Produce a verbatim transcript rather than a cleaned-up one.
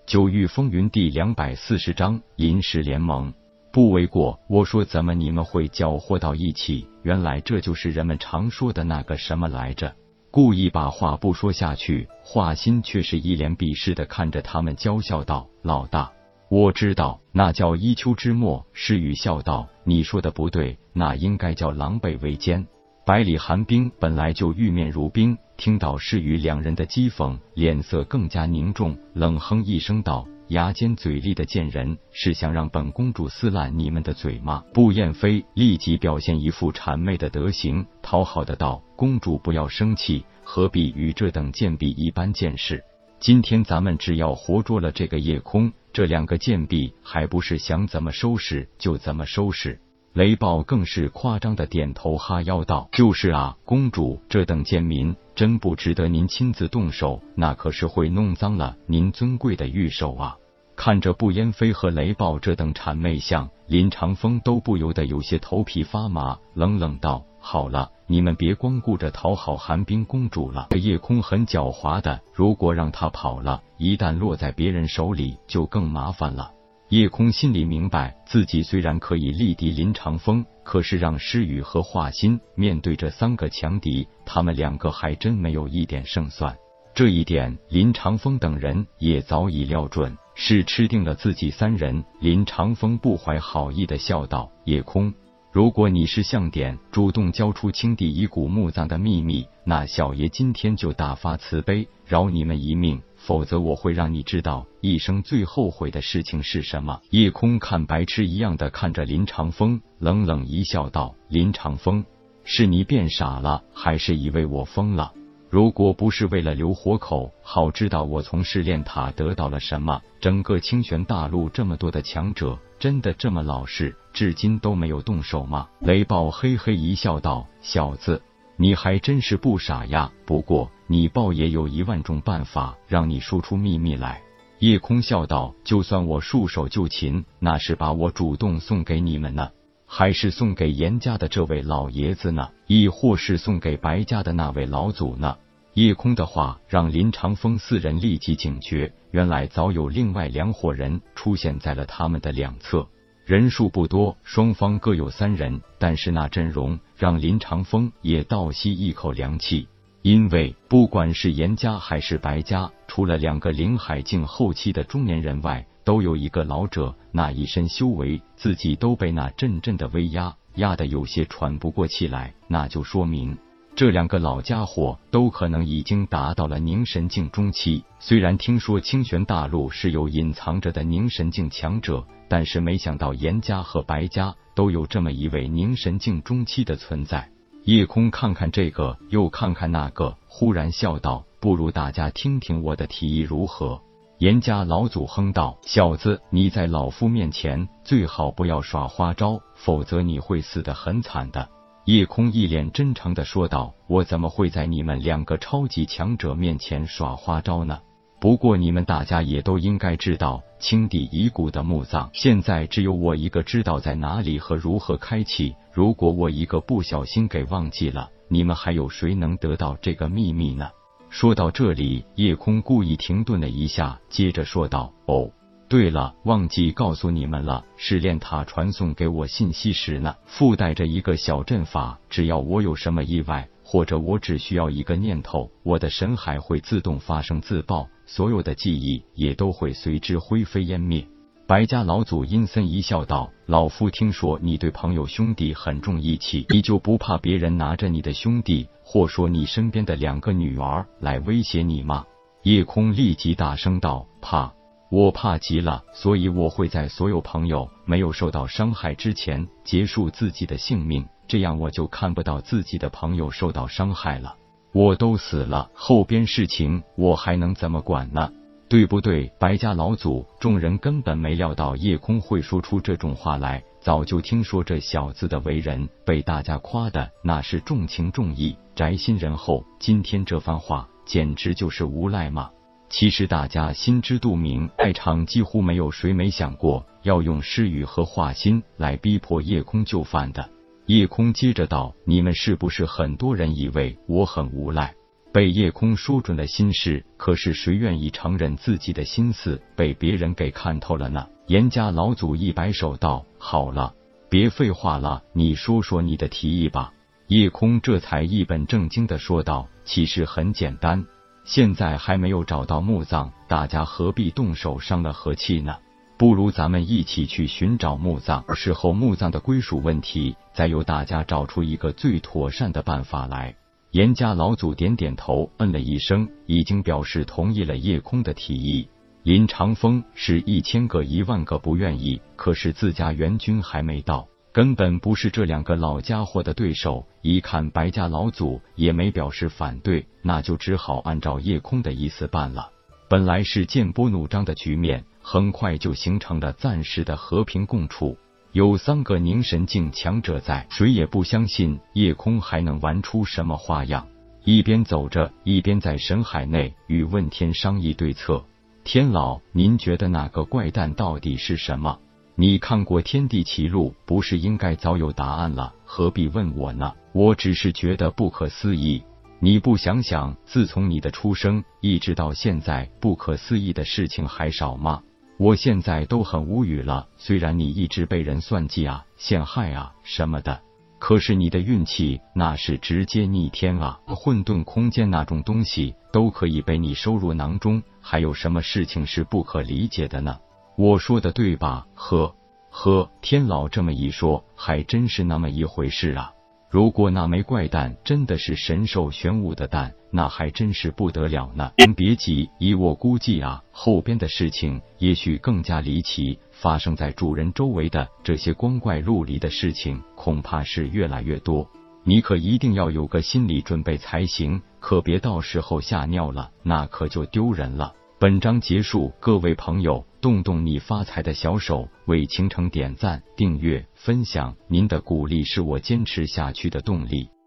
九域风云第两百四十章临时联盟。不为过，我说怎么你们会搅和到一起？原来这就是人们常说的那个什么来着。故意把话不说下去，华歆却是一脸鄙视的看着他们，娇笑道：“老大，我知道，那叫一丘之貉。”诗雨笑道：“你说的不对，那应该叫狼狈为奸。”百里寒冰本来就玉面如冰，听到诗雨两人的讥讽，脸色更加凝重，冷哼一声道：“牙尖嘴利的贱人，是想让本公主撕烂你们的嘴吗？”步燕飞立即表现一副谄媚的德行，讨好的道：“公主不要生气，何必与这等贱婢一般见识？今天咱们只要活捉了这个夜空，这两个贱婢还不是想怎么收拾就怎么收拾？”雷暴更是夸张的点头哈腰道：“就是啊，公主，这等贱民真不值得您亲自动手，那可是会弄脏了您尊贵的玉手啊！”看着步燕飞和雷暴这等谄媚相，林长风都不由得有些头皮发麻，冷冷道：“好了，你们别光顾着讨好寒冰公主了，这夜空很狡猾的，如果让她跑了，一旦落在别人手里，就更麻烦了。”夜空心里明白，自己虽然可以力敌林长风，可是让诗雨和华歆面对这三个强敌，他们两个还真没有一点胜算。这一点，林长风等人也早已料准，是吃定了自己三人。林长风不怀好意的笑道：“夜空，如果你是相点，主动交出青帝遗骨墓葬的秘密，那小爷今天就大发慈悲，饶你们一命。否则我会让你知道一生最后悔的事情是什么。”夜空看白痴一样的看着林长风，冷冷一笑道：“林长风，是你变傻了，还是以为我疯了？如果不是为了留活口，好知道我从试炼塔得到了什么，整个清玄大陆这么多的强者，真的这么老实，至今都没有动手吗？”雷暴嘿嘿一笑道：“小子，你还真是不傻呀，不过你豹爷有一万种办法让你说出秘密来。”夜空笑道：“就算我束手就擒，那是把我主动送给你们呢，还是送给严家的这位老爷子呢，亦或是送给白家的那位老祖呢？”夜空的话让林长风四人立即警觉，原来早有另外两伙人出现在了他们的两侧。人数不多，双方各有三人，但是那阵容让林长风也倒吸一口凉气，因为不管是严家还是白家，除了两个灵海境后期的中年人外，都有一个老者，那一身修为自己都被那阵阵的威压压得有些喘不过气来，那就说明这两个老家伙都可能已经达到了凝神境中期。虽然听说清玄大陆是有隐藏着的凝神境强者，但是没想到严家和白家都有这么一位凝神境中期的存在。夜空看看这个，又看看那个，忽然笑道：“不如大家听听我的提议如何？”严家老祖哼道：“小子，你在老夫面前最好不要耍花招，否则你会死得很惨的。”夜空一脸真诚地说道：“我怎么会在你们两个超级强者面前耍花招呢？不过你们大家也都应该知道，青帝遗骨的墓葬现在只有我一个知道在哪里和如何开启。如果我一个不小心给忘记了，你们还有谁能得到这个秘密呢？”说到这里，夜空故意停顿了一下，接着说道：“哦，对了，忘记告诉你们了，试炼塔传送给我信息时呢，附带着一个小阵法，只要我有什么意外，或者我只需要一个念头，我的神海会自动发生自爆，所有的记忆也都会随之灰飞烟灭。”白家老祖阴森一笑道：“老夫听说你对朋友兄弟很重义气，你就不怕别人拿着你的兄弟，或说你身边的两个女儿来威胁你吗？”夜空立即大声道：“怕，我怕极了，所以我会在所有朋友没有受到伤害之前结束自己的性命，这样我就看不到自己的朋友受到伤害了。我都死了，后边事情我还能怎么管呢？对不对？”白家老祖众人根本没料到夜空会说出这种话来，早就听说这小子的为人被大家夸的那是重情重义，宅心仁厚，今天这番话简直就是无赖嘛！其实大家心知肚明，在场几乎没有谁没想过要用诗雨和华歆来逼迫夜空就范的。夜空接着道：“你们是不是很多人以为我很无赖？ 被叶空说准了心事，可是谁愿意承认自己的心思被别人给看透了呢？严家老祖一摆手道：“好了，别废话了，你说说你的提议吧。”叶空这才一本正经地说道：“其实很简单，现在还没有找到墓葬，大家何必动手伤了和气呢？不如咱们一起去寻找墓葬，事后墓葬的归属问题，再由大家找出一个最妥善的办法来。”严家老祖点点头，嗯了一声，已经表示同意了叶空的提议。林长风是一千个一万个不愿意，可是自家援军还没到，根本不是这两个老家伙的对手。一看白家老祖也没表示反对，那就只好按照叶空的意思办了。本来是剑波怒张的局面，很快就形成了暂时的和平共处。有三个凝神境强者在，谁也不相信叶空还能玩出什么花样。一边走着，一边在神海内与问天商议对策。天老，您觉得那个怪诞到底是什么？你看过天地奇录，不是应该早有答案了，何必问我呢？我只是觉得不可思议。你不想想，自从你的出生一直到现在，不可思议的事情还少吗？我现在都很无语了，虽然你一直被人算计啊、陷害啊什么的，可是你的运气那是直接逆天啊！混沌空间那种东西都可以被你收入囊中，还有什么事情是不可理解的呢？我说的对吧？呵呵，天老这么一说，还真是那么一回事啊。如果那枚怪蛋真的是神兽玄武的蛋，那还真是不得了呢。您别急，以我估计啊，后边的事情也许更加离奇，发生在主人周围的这些光怪陆离的事情，恐怕是越来越多。你可一定要有个心理准备才行，可别到时候吓尿了，那可就丢人了。本章结束，各位朋友，动动你发财的小手，为倾城点赞、订阅、分享，您的鼓励是我坚持下去的动力。